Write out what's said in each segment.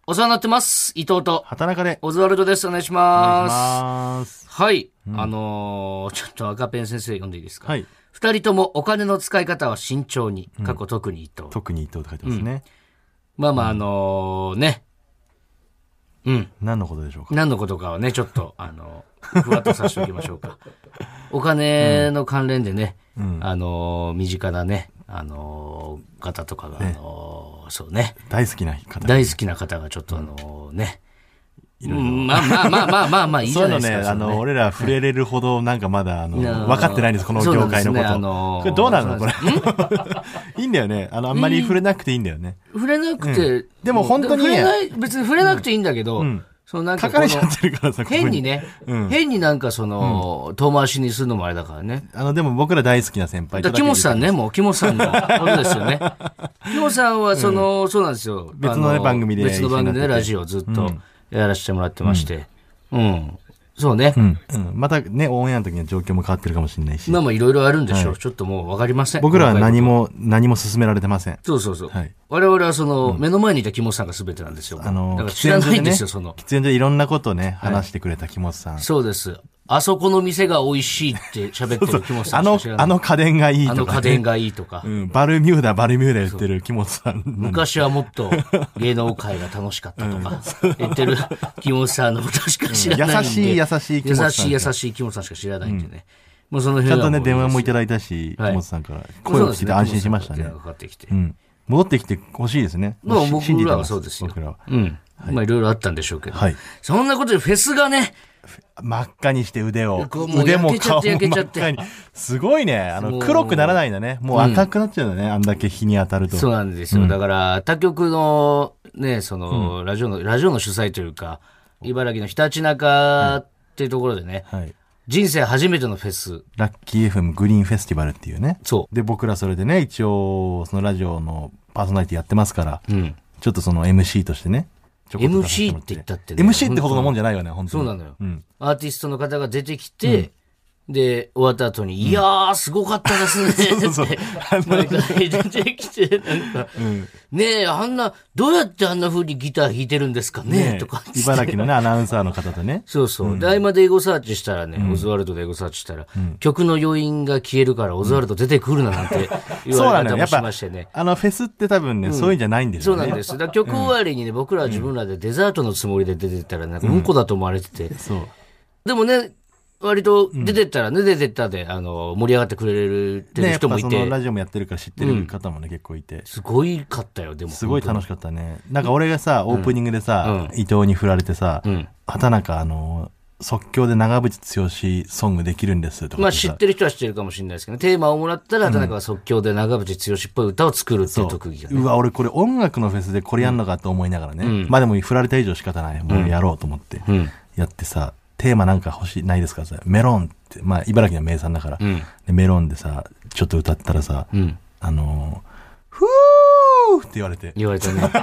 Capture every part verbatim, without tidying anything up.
お世話になってます。伊藤と畑中でオズワルドです。お願いしお願いします。 ます。 はい、うん、あのー、ちょっと赤ペン先生読んでいいですか。 はい。 二人ともお金の使い方は慎重に、過去特に伊藤、 特に伊藤って書いてますね、うん、 まあまああのー、ねうん何のことでしょうか。 何のことかはねちょっとあのふわっとさせておきましょうか。お金の関連でね、うん、あのー、身近なねあのー、方とかが、ね、あのー、そうね大好きな方大好きな方がちょっとあのー、ね、うん、まあまあまあまあまあまあいいじゃないですか。 そういうのね、あの、俺ら触れれるほどなんかまだ、あの、分かってないんです、この業界のこと。ね、あのー、これどうなのこれ。いいんだよね。あの、あんまり触れなくていいんだよね。 触れなくて。うん、 でも本当に、ね、 触れない、別に触れなくていいんだけど、うん、そのなんか書かれちゃってるからさ、 変にね、うん、変になんかその、うん、遠回しにするのもあれだからね。 あの、でも僕ら大好きな先輩と木本さんね、もう木本さんのことですよね。木本さんはその、うん、そうなんですよ。 別の、ね、番組で。 別の番組でラジオずっとやらせてもらってまして。うんうんそうね、 うんうん。またね、オンエアの時には状況も変わってるかもしれないし。 まあまあいろいろあるんでしょう、はい。ちょっともうわかりません。 僕らは何も、何も進められてません。 そうそうそう。はい、我々はその、うん、目の前にいた木本さんが全てなんですよ。 あのー、 だから知らないんですよ、その。 喫煙所でいろんなことをね、話してくれた木本さん。はい、 そうです。あそこの店が美味しいって喋ってる木本さんしか知らない。 あの、あの家電がいいとか、ね。 あの家電がいいとか。 うん、バルミューダ、バルミューダ言ってる木本さん。 昔はもっと芸能界が楽しかったとか、言ってる木本さんのことしか知らないんで、うん。 優しい優しい木本さん。 優しい優しい木本さんしか知らないんでね。うん、もうその辺はちゃんとね、電話もいただいたし、はい、木本さんから声を聞いて安心しましたね。うん、戻ってきてほしいですね。 まあ僕らはそうですよ。僕らは。うん。はい、まあいろいろあったんでしょうけど。はい。そんなことでフェスがね、 真っ赤にして腕を。腕も顔も真っ赤に。すごいね。あの、黒くならないんだね。もう赤くなっちゃうんだね。うん、あんだけ日に当たると。 そうなんですよ。うん、だから、他局の、ね、その、うん、ラジオの、ラジオの主催というか、茨城のひたちなかっていうところでね、はい、人生初めてのフェス。 ラッキー エフエム グリーンフェスティバルっていうね。 そう。 で、僕らそれでね、一応、そのラジオのパーソナリティやってますから、うん、ちょっとその エムシー としてね、 エムシー って言ったってね。 エムシー ってほどのもんじゃないよね、本当に。 そうなのよ。うん、アーティストの方が出てきて、うん、で、終わった後に、うん、いやー、すごかったですね。そうそうそう。毎回出てきて、なんか、うん、ねえ、あんな、どうやってあんな風にギター弾いてるんですかね、ねとか。 茨城のね、アナウンサーの方とね。 そうそう。で、合間でエゴサーチしたらね、うん、オズワルドでエゴサーチしたら、うん、曲の余韻が消えるからオズワルド出てくるななんて言われ方もしましてね。 あの、フェスって多分ね、うん、そういうんじゃないんですよね。 そうなんです。だ曲終わりにね、僕らは自分らでデザートのつもりで出てったら、なんかうんこだと思われてて。うん、そう。でもね、割と出てったらね、うん、出てったで、あの、盛り上がってくれるっていう人もいて。 ね、やっぱそのラジオもやってるから知ってる方もね、うん、結構いて。 すごいかったよ、でも。 すごい楽しかったね。なんか俺がさ、オープニングでさ、うん、伊藤に振られてさ、うん、畑中、あの、即興で長渕剛ソングできるんですとか。 まあ知ってる人は知ってるかもしれないですけど、テーマをもらったら、畑中は即興で長渕剛っぽい歌を作るっていう特技が、ね。 うわ、俺これ音楽のフェスでこれやんのかと思いながらね。うん、まあでも振られた以上仕方ない。もうやろうと思って。やってさ、テーマなんか欲しい、ないですかさ、メロンって、まあ、茨城の名産だから、うん、でメロンでさ、ちょっと歌ったらさ、うん、あのー、ふーって言われて。 言われたね。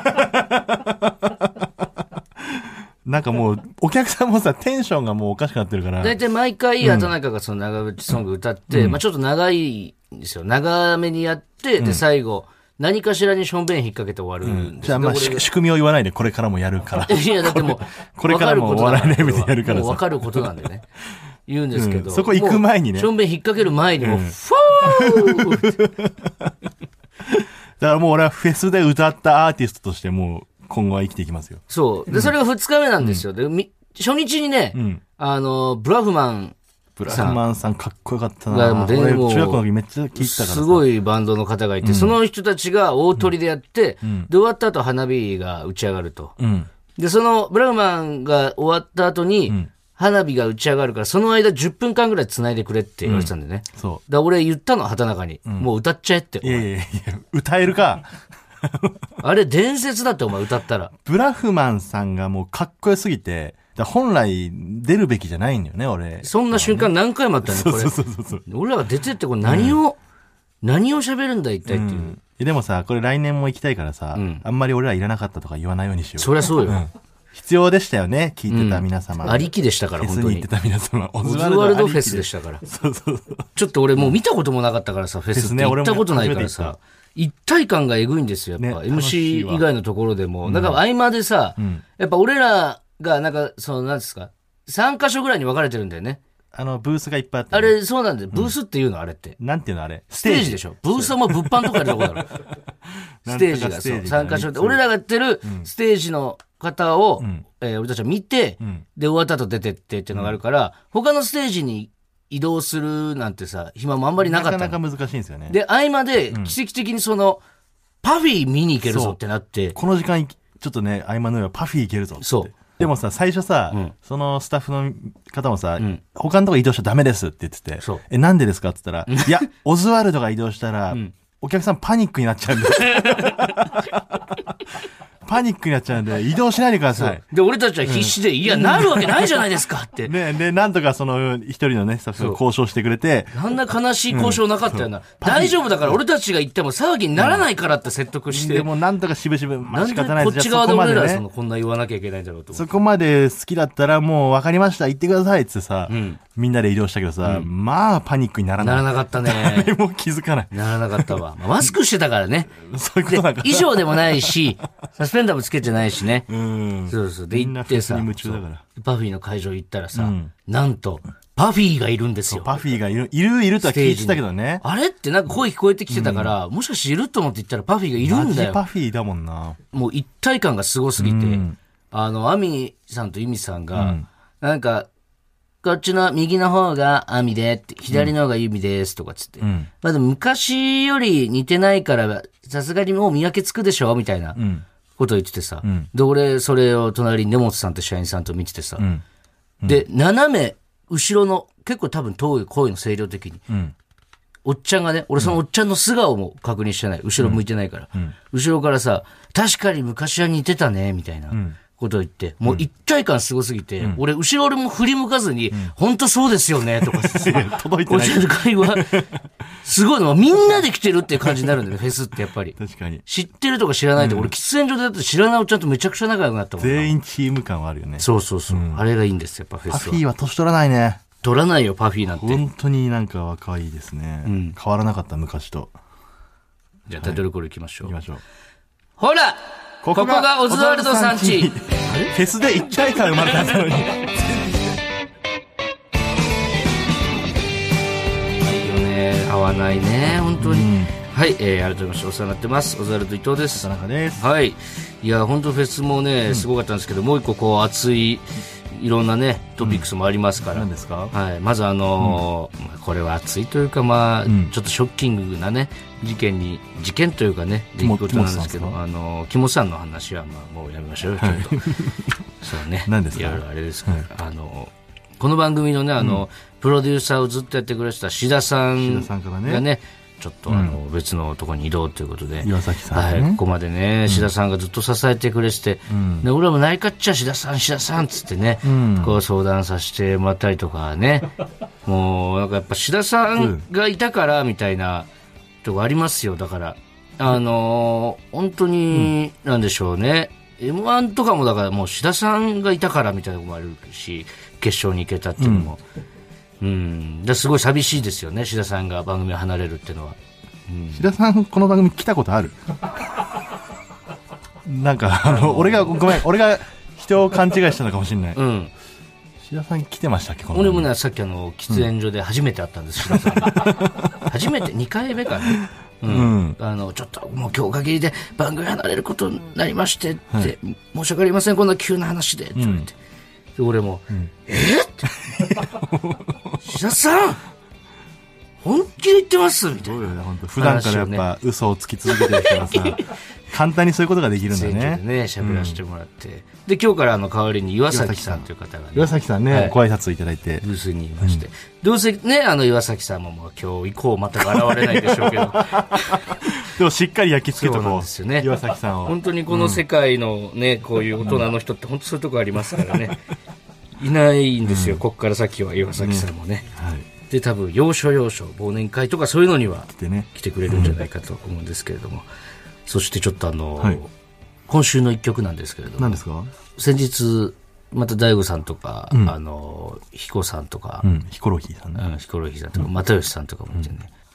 なんかもう、お客さんもさ、テンションがもうおかしくなってるから。 だいたい毎回、畑中がその長渕ソング歌って、うん、まあちょっと長いんですよ。長めにやって、うん、で、最後、何かしらにしょんべん引っ掛けて終わるんです、うん、 じゃあまあ仕組みを言わないでこれからもやるから。 いやだってもうこれからもお笑いライブでやるからさ。 分かることなんでね。言うんですけど、うん、 そこ行く前にね。 しょんべん引っ掛ける前にもう、うん、フォーだからもう俺はフェスで歌ったアーティストとしてもう今後は生きていきますよ。 そう。で、それがふつかめなんですよ。うん、で、初日にね、うん、あの、ブラフマン、 ブラフマンさんかっこよかったな。もう俺中学の時めっちゃ聞いてたからさ。 すごいバンドの方がいて、うん、その人たちが大鳥でやって、うん、で終わった後花火が打ち上がると。うん、で、そのブラフマンが終わった後に、うん、花火が打ち上がるから、その間じゅっぷんかんぐらい繋いでくれって言われてたんでね。うん、そう。だから俺言ったの、畑中に、うん。もう歌っちゃえって。 いやいやいや、歌えるか。 あれ伝説だってお前歌ったら。 ブラフマンさんがもうかっこよすぎて、だ本来出るべきじゃないんだよね、俺。 そんな瞬間何回もあったね、これ。そうそうそうそう。俺らが出てってこれ何を、うん、何を喋るんだ一体っていう、うん。 でもさ、これ来年も行きたいからさ、うん、あんまり俺らいらなかったとか言わないようにしよう。 そりゃそうよ。うん、 必要でしたよね、聞いてた皆様。 うん、ありきでしたから、本当に。 フェスに行ってた皆様。 オズワルドフェスでしたから。そうそうそう。ちょっと俺もう見たこともなかったからさ、フェスって行ったことないからさ。 一体感がえぐいんですよ。やっぱ、 ねエムシー 以外のところでも。うん、なんか合間でさ、うん、やっぱ俺らが、なんか、その、なんですか、さん箇所ぐらいに分かれてるんだよね。 あの、ブースがいっぱいあって、ね。 あれ、そうなんだよ。ブースっていうの、あれって。 なんていうのあれステージでしょ。ブースはもう物販とかやるとこだろ。ステージが、そう、さん箇所で。俺らがやってるステージの方を、うん、えー、俺たちは見て、うん、で、終わった後出てってっていうのがあるから、うん、他のステージに移動するなんてさ、暇もあんまりなかった。 なかなか難しいんですよね。 で、合間で、奇跡的にその、パフィー見に行けるぞってなって。 この時間、ちょっとね、合間の上はパフィー行けるぞって。 そう。 でもさ、最初さ、うん、そのスタッフの方もさ、うん、他のとこ移動しちゃダメですって言ってて、え、なんでですかって言ったら、いや、オズワルドが移動したら、うん、お客さんパニックになっちゃうんです。パニックになっちゃうんで、移動しないでください。 で、俺たちは必死で、うん、いや、なるわけないじゃないですかって。 ね、で、なんとかその、一人のね、スタッフが交渉してくれて。 あんな悲しい交渉なかったよな。うん、大丈夫だから、俺たちが言っても騒ぎにならないからって説得して。 うん、でも、なんとかしぶしぶ、まあ、仕方ないです。 こっち側で俺らその、こんな言わなきゃいけないんだろうと。 そこまで好きだったら、もう分かりました、言ってくださいってさ、うん、みんなで移動したけどさ、うん、まあ、パニックにならない。 ならなかったね。 誰も気づかない。 ならなかったわ。まあ、マスクしてたからね。 そういうことだから。 衣装でもないし、サスペンダーもつけてないしね。 うん、 そうそう。で、行ってさ、 みんなフェスに夢中だから。 パフィーの会場行ったらさ、うん、なんと、パフィーがいるんですよ。 パフィーがいる、いるいるとは聞いてたけどね。 あれってなんか声聞こえてきてたから、うん、もしかしていると思って行ったらパフィーがいるんだよ。 マジパフィーだもんな。 もう一体感がすごすぎて、うん、あの、アミさんとユミさんが、うん、なんか、こっちの右の方がアミでって、左の方がユミですとかつって。うん、まあでも昔より似てないから、さすがにもう見分けつくでしょみたいな。うんこと言っててさ、うん、で、俺、それを隣に根本さんと社員さんと見ててさ、うんうん、で、斜め、後ろの、結構多分遠い声の声量的に、うん、おっちゃんがね、俺そのおっちゃんの素顔も確認してない。後ろ向いてないから。うん、後ろからさ、確かに昔は似てたね、みたいな。うんことを言って、もう一体感すごすぎて、うん、俺、後ろ俺も振り向かずに、うん、本当そうですよね、とかさ、 届いてない。 会話、すごいの、みんなで来てるっていう感じになるんだよね、フェスってやっぱり。 確かに。 知ってるとか知らないと、うん、俺、喫煙所でだって知らないおっちゃんとめちゃくちゃ仲良くなったもん。 全員チーム感はあるよね。 そうそうそう。うん、あれがいいんですよ、やっぱフェスは。 パフィーは年取らないね。 取らないよ、パフィーなんて。 本当になんか若いですね。うん、変わらなかった、昔と。 じゃあ、タイトルコール行きましょう。 行きましょう。 ほらここがオズワルドさんち。フェスで一体感生まれたのに。いいよね。合わないね、本当に。うん、はい、えー、改めましてお世話になってます。オズワルド伊藤です。 田中です。 はい。いや、本当フェスもね、すごかったんですけど、うん、もう一個こう熱い、いろんなね、トピックスもありますから。 うん、何ですか？ はい。まずあのー、うん、これは熱いというか、まあ、うん、ちょっとショッキングなね、事件に、事件というかね、出来事なんですけど、あのー、キモさんの話は、まあ、もうやめましょうよ、ちょっと。そうね。 何ですか？ いろいろあれですから、はい、あのー、この番組のね、あの、うん、プロデューサーをずっとやってくれてた志田さんがね、 志田さんからね、 ちょっとあの、うん、別のところに移動ということで、 岩崎さん、ね、 はい、ここまでね、うん、志田さんがずっと支えてくれてて、うん、で俺もないかっちゃ志田さん、志田さんっつってね、うん、こう相談させてもらったりとかね、もうなんかやっぱ志田さんがいたからみたいなとこありますよ。だからあのー、本当に、うん、なんでしょうね、エムワン とかもだからもう志田さんがいたからみたいなとこもあるし、決勝に行けたっていうのも。うんうん、ですごい寂しいですよね、志田さんが番組を離れるっていうのは。 うん、志田さん、この番組来たことある？なんか、あの、俺が、ごめん、俺が人を勘違いしたのかもしれない。うん。志田さん来てましたっけ？ 俺もね、さっきあの、喫煙所で初めて会ったんです、志、うん、田さんが。初めて、にかいめかな。うん。うん、あの、ちょっと、もう今日限りで番組離れることになりましてって、はい、申し訳ありません、こんな急な話で、って言われて。うん、で俺も、うん、えー、って志田さん本気で言ってますみたいな、ね、 普段からやっぱ嘘をつき続けてるからさ簡単にそういうことができるんだね。 選挙でね喋らせてもらって、うん、で今日からあの代わりに岩崎さんという方がね、 岩崎さんね、はい、ご挨拶いただいてブースにいまして、うん、どうせねあの岩崎さんももう今日以降全く現れないでしょうけどでもしっかり焼き付けとこう。 そうなんですよね、 岩崎さんを。 本当にこの世界のね、うん、こういう大人の人って本当そういうとこありますからねいないんですよ、うん、ここから先は岩崎さんもね、ね、はい、で多分要所要所忘年会とかそういうのには来て、ね、来てくれるんじゃないかと思うんですけれども、うん、そしてちょっとあの、はい、今週の一曲なんですけれども、 何ですか？ 先日また大悟さんとか、うん、あの彦さんとか、 うん、ヒコロヒーさんね、 うん、ヒコロヒーさんとか、又吉さんとかもいてね、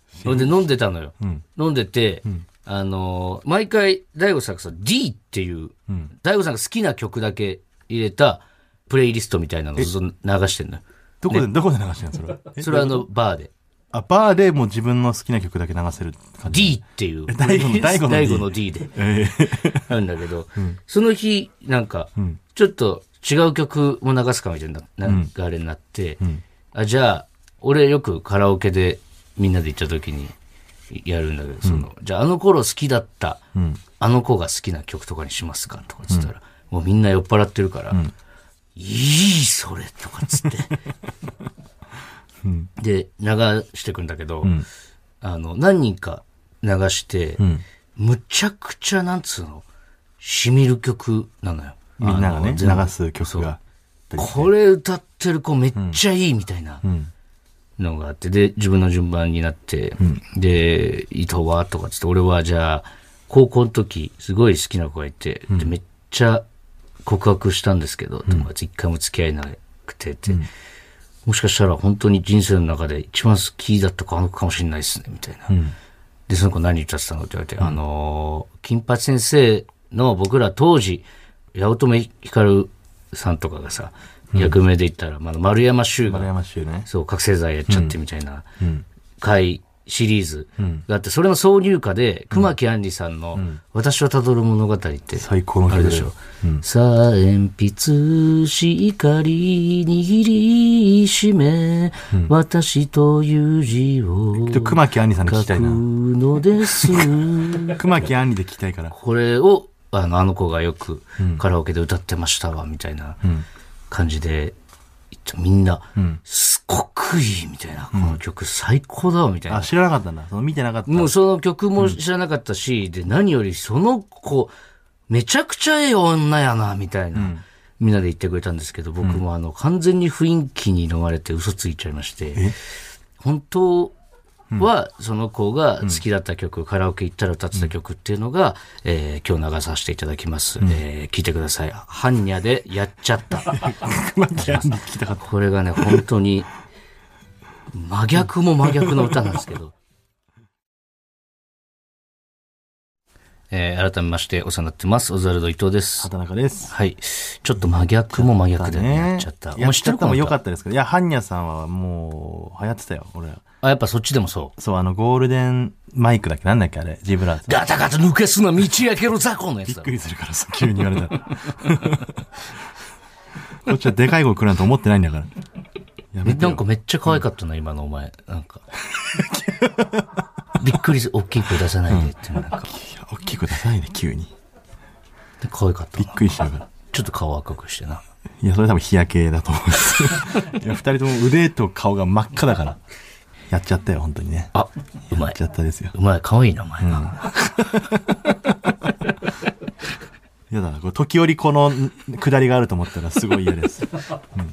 それで飲んでたのよ。うん、飲んでて、うん、あのー、毎回、大悟さんがさ、D っていう、うん、大悟さんが好きな曲だけ入れたプレイリストみたいなのをずっと流してんのよ。 どこで、ね、どこで流してんのそれは。 それはあの、バーで。 あ、バーでもう自分の好きな曲だけ流せる感じ。 D っていう。 大悟の、大悟の D。 大悟の D で。えー、あるんだけど、うん、その日、なんか、ちょっと違う曲も流すかみたいな流れになって、うん、あ、じゃあ、俺よくカラオケでみんなで行った時にやるんだけど、その、うん、じゃああの頃好きだった、うん、あの子が好きな曲とかにしますかとかつったら、うん、もうみんな酔っ払ってるから、うん、いい、それとかつって。うん、で、流してくんだけど、うん、あの、何人か流して、うん、むちゃくちゃ、なんつうの、染みる曲なのよ。 みんながね、流す曲が。 これ歌ってる子めっちゃいいみたいなのがあって、で、自分の順番になって、うん、で、伊藤はとかつって、俺はじゃあ、高校の時、すごい好きな子がいて、うん、でめっちゃ告白したんですけど、友達一回も付き合えなくて、って、うんもしかしたら本当に人生の中で一番好きだった子あの子かもしれないですね、みたいな。うん、で、その子何歌ってたのって言われて、うん、あのー、金八先生の僕ら当時、八乙女光さんとかがさ、うん、役名で言ったら、まあ、丸山修が、 丸山修ね。 そう、覚醒剤やっちゃってみたいな、回、シリーズがあって、それの挿入歌で、熊木杏里さんの、私はたどる物語って、 最高の曲でしょ。うん、さあ、鉛筆、しかり、握りしめ、うん、私という字を、 熊木杏里さんで聞きたいな。 書くのです。 熊木杏里で聞きたいから。 これを、あの、あの子がよくカラオケで歌ってましたわ、みたいな感じで、みんな、うん、すごくいいみたいな、この曲最高だわみたいな。 あ、知らなかったんだ。その見てなかった。 もうその曲も知らなかったし、うん、で、何よりその子、めちゃくちゃええ女やな、みたいな、うん、みんなで言ってくれたんですけど、僕もあの、完全に雰囲気に飲まれて嘘ついちゃいまして、本当はその子が好きだった曲、うん、カラオケ行ったら歌ってた曲っていうのが、えー、今日流させていただきます。うん、えー、聞いてください。ハンニャでやっちゃった。これがね、本当に、真逆も真逆の歌なんですけど。えー、改めましてお世話になってます。オズワルド伊藤です。 畑中です。 はい。ちょっと真逆も真逆でやっちゃった。 やっちゃったも良かったですけど、いや、ハンニャさんはもう流行ってたよ、俺。 あ、やっぱそっちでもそう。 そう、あの、ゴールデンマイクだっけなんだっけあれ、ジブラーズ。 ガタガタ抜けすな、道開けろ雑魚のやつだ。 びっくりするからさ、急に言われたら。こっちはでかい声来るなんて思ってないんだから。 やめてよ。なんかめっちゃ可愛かったな、うん、今のお前。なんか。びっくりする、大きい声出さないでって、なんか。 大きい声出さないで、急に。 で可愛かった。 びっくりしたから。 ちょっと顔赤くしてな。 いや、それ多分日焼けだと思うんです。いや、二人とも腕と顔が真っ赤だから。やっちゃったよ、本当にね。 あ、うまい。 やっちゃったですよ。 うまい、可愛いな、お前が。うん、 やだな、これ時折この下りがあると思ったらすごい嫌です。うん、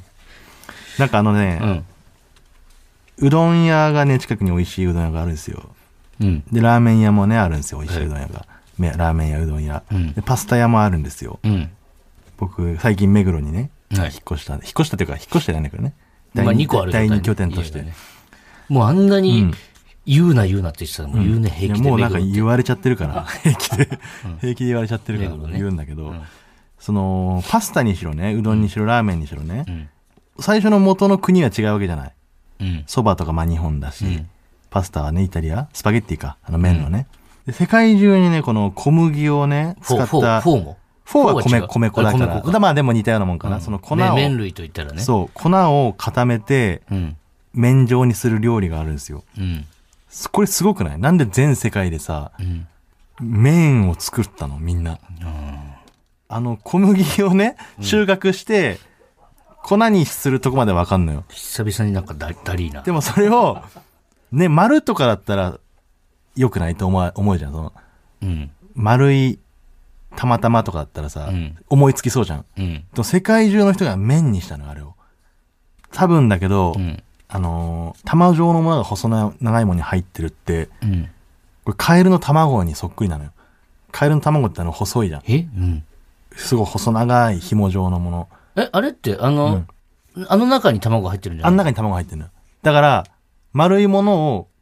なんかあのね、うん、うどん屋がね、近くに美味しいうどん屋があるんですよ。うん、で、ラーメン屋もね、あるんですよ、美味しいうどん屋が。はい、ラーメン屋、うどん屋、うん、で。パスタ屋もあるんですよ。うん、僕、最近目黒にね、はい、引っ越したんで、引っ越したというか、引っ越してないんだけどね。 第 2,、まあ、にこある第二拠点として。 もうあんなに言うな言うなって言ってたら、もう言うね、平気で。 もうなんか言われちゃってるから、平気で、平気で言われちゃってるから言うんだけど、その、パスタにしろね、うどんにしろ、ラーメンにしろね、最初の元の国は違うわけじゃない。蕎麦とかまあ日本だし、パスタはね、イタリア、スパゲッティか、あの麺のね。で世界中にね、この小麦をね、使った、 フォーもフォーは米、米粉だから。まあでも似たようなもんかな。その粉を。 麺類と言ったらね。 そう、粉を固めて、麺状にする料理があるんですよ。うん、これすごくない？なんで全世界でさ、うん、麺を作ったのみんな、うん。あの小麦をね、収穫して、粉にするとこまでわかんのよ。 久々になんかダリーな。 でもそれを、ね、丸とかだったら良くないと思う、思うじゃん。その、うん、丸いたまたまとかだったらさ、うん、思いつきそうじゃん。うん、と世界中の人が麺にしたの、あれを。多分だけど、うんあのー、玉状のものが細長いものに入ってるって、うん、これカエルの卵にそっくりなのよ。カエルの卵ってあの細いじゃん。 え、うん、 すごい細長い紐状のもの。 え、あれってあの、うん、あの中に卵が入ってるんじゃない？ あの中に卵が入ってるのよ。だから、丸いものを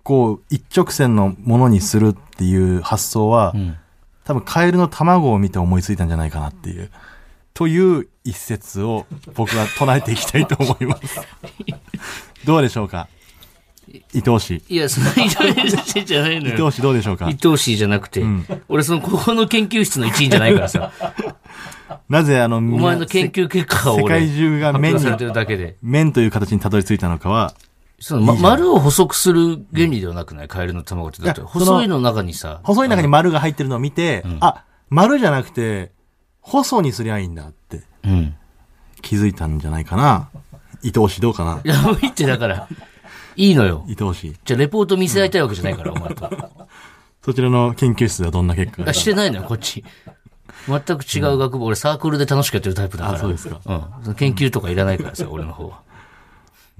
構一直線のものにするっていう発想は、うん、多分カエルの卵を見て思いついたんじゃないかなっていう、という一節を僕は唱えていきたいと思います。どうでしょうか、伊藤氏。 いや、その伊藤氏じゃないのよ。 伊藤氏どうでしょうか。 伊藤氏じゃなくて、うん、俺そのここの研究室の一員じゃないからさ。 なぜあの、お前の研究結果を俺世界中が面にされてるだけで。 面という形にたどり着いたのかは、 その、ま、丸を細くする原理ではなくない、カエルの卵って。だって細いの中にさ。 細い中に丸が入ってるのを見て、うん、あ、丸じゃなくて、細にすりゃいいんだって、うん、気づいたんじゃないかな。伊藤氏どうかな。 いや、もういいってだから、いいのよ。 伊藤氏。 じゃあレポート見せ合いたいわけじゃないから、お前と。 そちらの研究室ではどんな結果が。 してないのよ、こっち。全く違う学部、うん、俺サークルで楽しくやってるタイプだから。 あ、そうですか。 うん。研究とかいらないからさ、俺の方は。うん。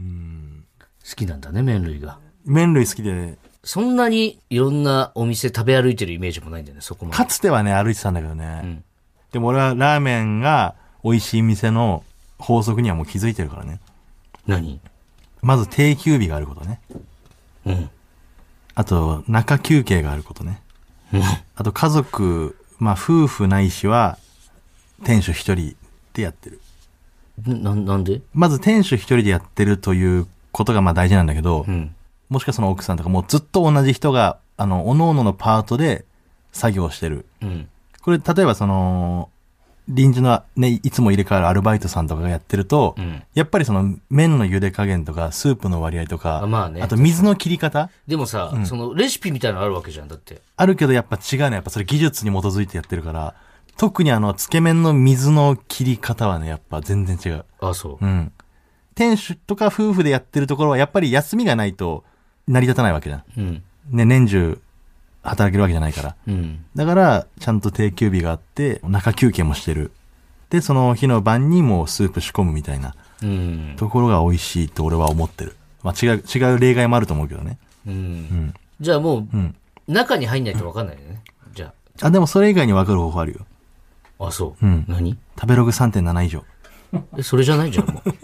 好きなんだね、麺類が。 麺類好きで。 そんなにいろんなお店食べ歩いてるイメージもないんだよね、そこまで。 かつてはね、歩いてたんだけどね。うん、でも俺はラーメンが美味しい店の法則にはもう気づいてるからね。 何？ まず定休日があることね。うん。あと、中休憩があることね。うん。あと家族、まあ夫婦ないしは店主一人でやってる。 な、なんで？ まず店主一人でやってるということがまあ大事なんだけど、うん、もしかその奥さんとかもうずっと同じ人が、あの、各々のパートで作業してる。うん、これ、例えばその、臨時のね、いつも入れ替わるアルバイトさんとかがやってると、うん、やっぱりその麺の茹で加減とか、スープの割合とか、あ、まあね、あと水の切り方。 でもさ、うん、そのレシピみたいなのあるわけじゃん、だって。 あるけどやっぱ違うね。やっぱそれ技術に基づいてやってるから、特にあの、つけ麺の水の切り方はね、やっぱ全然違う。 あ、そう。 うん。店主とか夫婦でやってるところはやっぱり休みがないと成り立たないわけじゃん。うん。ね、年中働けるわけじゃないから。うん。だから、ちゃんと定休日があって、中休憩もしてる。で、その日の晩にもうスープ仕込むみたいな、うん、ところが美味しいと俺は思ってる。まあ違う、違う例外もあると思うけどね。うん。うん、 じゃあもう、うん、中に入んないと分かんないよね。じゃあ。 あ、でもそれ以外に分かる方法あるよ。 あ、そう。うん。何？ 食べログ さんてんなな 以上。 え、それじゃないじゃん、もう。めっ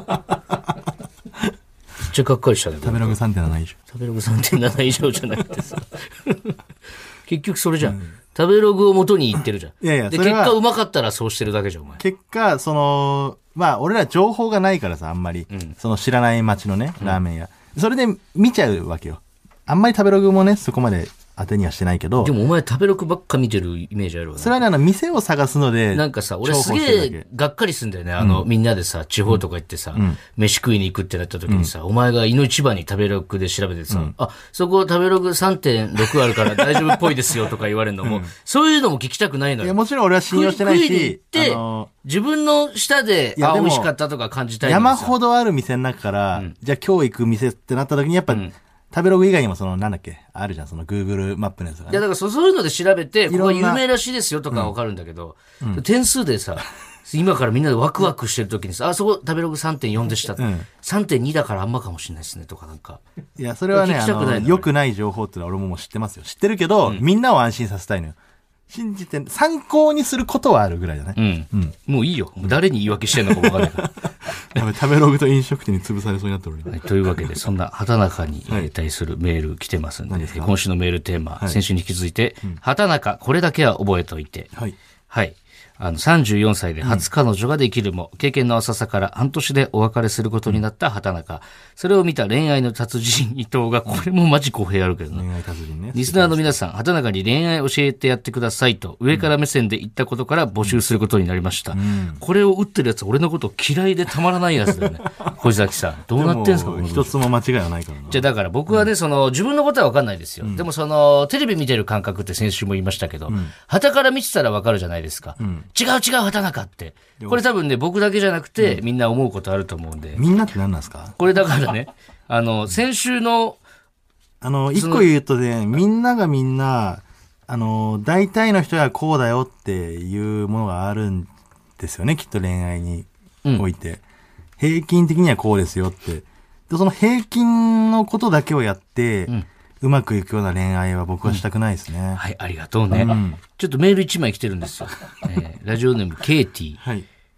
ちゃがっかりしたね。 食べログ さんてんなな 以上。 食べログ さんてんなな 以上じゃなくてさ。結局それじゃん。うん、食べログを元に言ってるじゃん。いやいや、で、結果うまかったらそうしてるだけじゃん、お前。 結果、その、まあ、俺ら情報がないからさ、あんまり。うん、その知らない街のね、ラーメン屋。うん、それで見ちゃうわけよ。あんまり食べログもね、そこまで当てにはしてないけど。 でもお前食べログばっか見てるイメージあるわね。 それはね、あの、店を探すので。 なんかさ、俺すげえがっかりすんだよね。あの、うん、みんなでさ、地方とか行ってさ、うん、飯食いに行くってなった時にさ、うん、お前がいの一番に食べログで調べてさ、うん、あ、そこ食べログ さんてんろく あるから大丈夫っぽいですよとか言われるのも、うん、そういうのも聞きたくないのよ。 いや、もちろん俺は信用してないし。 食いに行って、あのー、自分の舌で、あ、美味しかったとか感じたいの山ほどある店の中から、うん、じゃあ今日行く店ってなった時にやっぱ、うん、食べログ以外にもその、なんだっけあるじゃん、その Google マップのやつが、ね。 いや、だからそそういうので調べて、ここは有名らしいですよとかわかるんだけど、うんうん、点数でさ、今からみんなでワクワクしてる時にさ、あ、そこ食べログ さんてんよん でした。うん、さんてんに だからあんまかもしれないですねとかなんか。 いや、それはね、あの、良くない情報ってのは俺ももう知ってますよ。知ってるけど、うん、みんなを安心させたいのよ。信じて、参考にすることはあるぐらいだね。 うん。うん、もういいよ。誰に言い訳してんのか分からないから。 食べログと飲食店に潰されそうになっておる、ね。 はい、というわけで、そんな畑中に対するメール来てますんで、はい、今週のメールテーマ、はい、先週に引き続いて、うん、畑中、これだけは覚えておいて。はい。はい。あの、さんじゅうよんさいで初彼女ができるも、うん、経験の浅さから半年でお別れすることになった畑中。それを見た恋愛の達人伊藤が、これもマジ公平あるけどね。恋愛達人ね。リスナーの皆さん、畑中に恋愛教えてやってくださいと、上から目線で言ったことから募集することになりました。うん、これを打ってるやつ、俺のこと嫌いでたまらないやつだよね。小崎さん。どうなってんすか、 一つも間違いはないからな。 じゃあだから僕はね、その、自分のことは分かんないですよ。うん、でもその、テレビ見てる感覚って先週も言いましたけど、うん、旗から見てたら分かるじゃないですか。うん、違う違う、畑中って。これ多分ね、僕だけじゃなくて、うん、みんな思うことあると思うんで。 みんなって何なんですか？ これだからね、あの、先週の、 あの、一個言うとね、みんながみんな、あの、大体の人はこうだよっていうものがあるんですよね、きっと恋愛において。うん、平均的にはこうですよって。で、その平均のことだけをやって、うん、うまくいくような恋愛は僕はしたくないですね。うん、 はい、ありがとうね。うん、ちょっとメール一枚来てるんですよ。えー、ラジオネームケイティ。はい。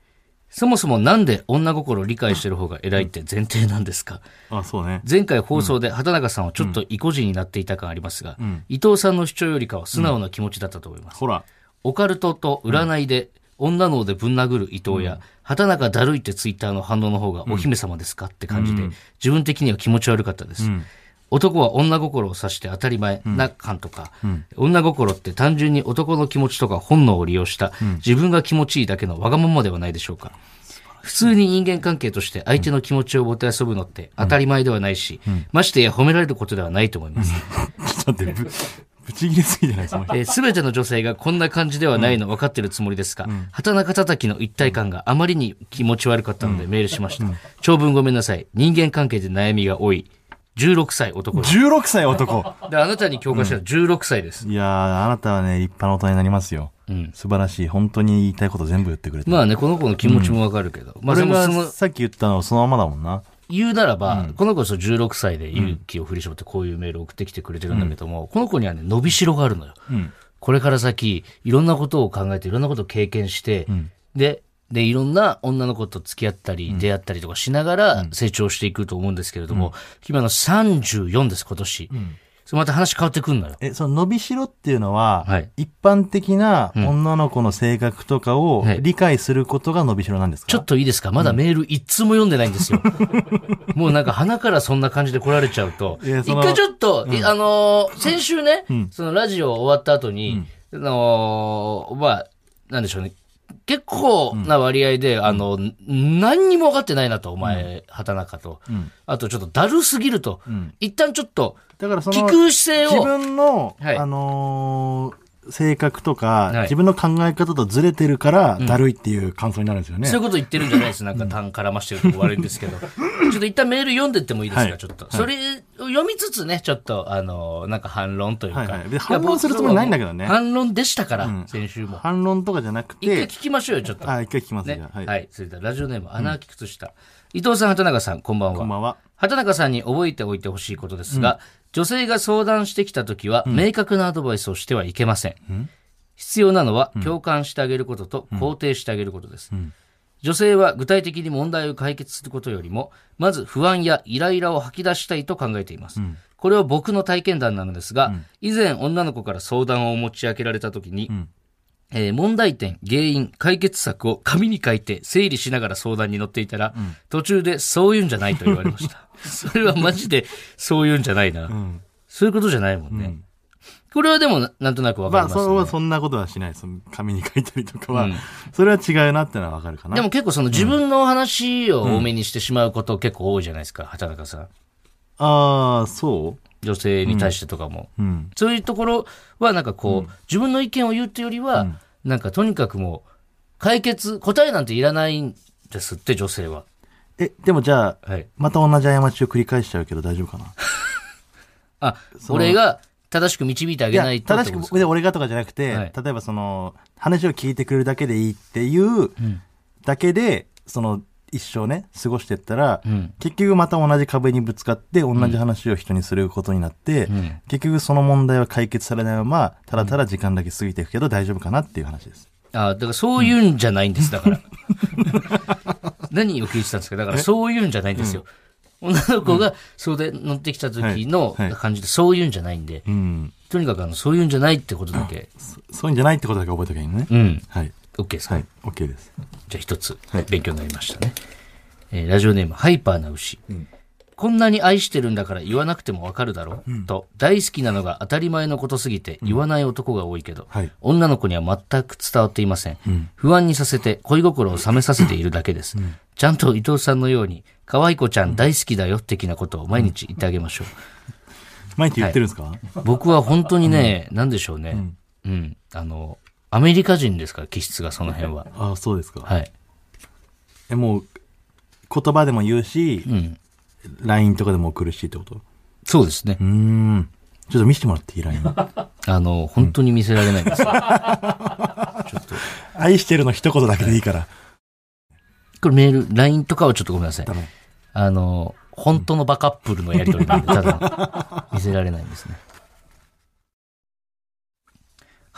そもそもなんで女心を理解してる方が偉いって前提なんですか？ あ、そうね。 前回放送で畑中さんはちょっと意固地になっていた感ありますが、うん、伊藤さんの主張よりかは素直な気持ちだったと思います。 うん、ほら。 オカルトと占いで女脳でぶん殴る伊藤や、うん、畑中だるいってツイッターの反応の方がお姫様ですかって感じで、うん、自分的には気持ち悪かったです。うん、男は女心を指して当たり前な感とか、うん、女心って単純に男の気持ちとか本能を利用した、うん、自分が気持ちいいだけのわがままではないでしょうか。普通に人間関係として相手の気持ちをもてあそぶのって当たり前ではないし、うん、ましてや褒められることではないと思います。 ちょっと待って、ぶ、ぶち切れすぎじゃないですか。 えー、全ての女性がこんな感じではないの分かってるつもりですが、うん、畑中叩きの一体感があまりに気持ち悪かったのでメールしました。うんうん、長文ごめんなさい。人間関係で悩みが多い。じゅうろくさい男です。 じゅうろくさい男。 で、あなたに共感したらじゅうろくさいです。 うん、いやー、あなたはね、立派な大人になりますよ。うん、素晴らしい。本当に言いたいこと全部言ってくれて。 まあね、この子の気持ちもわかるけど。うん、まあでもその、 さっき言ったのはそのままだもんな。 言うならば、うん、この子はじゅうろくさいで勇気を振り絞ってこういうメールを送ってきてくれてるんだけども、うん、この子にはね、伸びしろがあるのよ。うん、これから先、いろんなことを考えて、いろんなことを経験して、うん、で、で、いろんな女の子と付き合ったり、出会ったりとかしながら成長していくと思うんですけれども、うん、今のさんじゅうよんです、今年。うん、それまた話変わってくるのよ。 え、その伸びしろっていうのは、はい、一般的な女の子の性格とかを理解することが伸びしろなんですか？ ちょっといいですか？まだメール一通も読んでないんですよ。うん、もうなんか鼻からそんな感じで来られちゃうと、一回ちょっと、うん、あのー、先週ね、うん、そのラジオ終わった後に、うん、あのー、まあ、なんでしょうね。結構な割合で、うん、あの、何にも分かってないなと、お前、うん、畑中と、うん。あとちょっとだるすぎると。うん、一旦ちょっと、だからその、聞く姿勢を。 自分の、はい、あのー、性格とか、はい、自分の考え方とずれてるから、だるいっていう感想になるんですよね。 そういうこと言ってるんじゃないです。なんか単絡ましてるとこ悪いんですけど。ちょっと一旦メール読んでってもいいですか、はい、ちょっと。それを読みつつね、ちょっと、あの、なんか反論というか。はいはい、 反論するつもりないんだけどね。 反論でしたから、うん、先週も。 反論とかじゃなくて。 一回聞きましょうよ、ちょっと。 あ、一回聞きますね。 はい。はい。それではラジオネーム、穴あき靴下。うん、伊藤さん、畑中さん、こんばんは。 こんばんは。 畑中さんに覚えておいてほしいことですが、うん、女性が相談してきたときは、うん、明確なアドバイスをしてはいけません。うん必要なのは共感してあげることと肯定してあげることです、うんうん、女性は具体的に問題を解決することよりもまず不安やイライラを吐き出したいと考えています、うん、これは僕の体験談なのですが、うん、以前女の子から相談を持ち上げられた時に、うんえー、問題点、原因、解決策を紙に書いて整理しながら相談に乗っていたら、うん、途中でそういうんじゃないと言われましたそれはマジでそういうんじゃないな、うん、そういうことじゃないもんね、うんこれはでもなんとなくわかりますね。 まあ、それはそんなことはしない。その紙に書いたりとかは、うん、それは違うなってのはわかるかな。 でも結構その自分の話を多めにしてしまうこと結構多いじゃないですか、畑中さん。 ああ、そう女性に対してとかも、うん。そういうところはなんかこう、うん、自分の意見を言うっていうよりは、うん、なんかとにかくもう、解決、答えなんていらないんですって、女性は。 え、でもじゃあ、はい、また同じ過ちを繰り返しちゃうけど大丈夫かなあ、俺が、正しく導いてあげないと。 正しく、で、俺がとかじゃなくて、はい、例えばその、話を聞いてくれるだけでいいっていう、だけで、その、一生ね、過ごしていったら、うん、結局また同じ壁にぶつかって、同じ話を人にすることになって、うん、結局その問題は解決されないまま、ただただ時間だけ過ぎていくけど大丈夫かなっていう話です。 ああ、だからそういうんじゃないんです、だから。何を聞いてたんですかだからそういうんじゃないんですよ。女の子が袖乗ってきた時の感じでそういうんじゃないんで、うん、とにかくあのそういうんじゃないってことだけ、 そ, そういうんじゃないってことだけ覚えとけばいいのね。 うん。はい。OK ですか。はい。 OK です。 じゃあ一つ勉強になりましたね。はい、えー、ラジオネームハイパーな牛、うん。こんなに愛してるんだから言わなくてもわかるだろう、うん、と大好きなのが当たり前のことすぎて言わない男が多いけど、うんはい、女の子には全く伝わっていません、うん。不安にさせて恋心を冷めさせているだけです。うん、ちゃんと伊藤さんのように可愛い子ちゃん大好きだよ的なことを毎日言ってあげましょう。 毎日言ってるんですか？はい、 僕は本当にね、うん、なんでしょうね、うん。うん。あの、アメリカ人ですから、気質がその辺は。 ああ、そうですか。 はい。 え、もう、言葉でも言うし、うん、ライン とかでも送るしってこと？ そうですね。 うーん。ちょっと見せてもらっていい ライン？ あの、本当に見せられないんですよ。うん、ちょっと。 愛してるの一言だけでいいから。 これメール、ライン とかはちょっとごめんなさい。あの、本当のバカップルのやりとりなんで、ただ、見せられないんですね。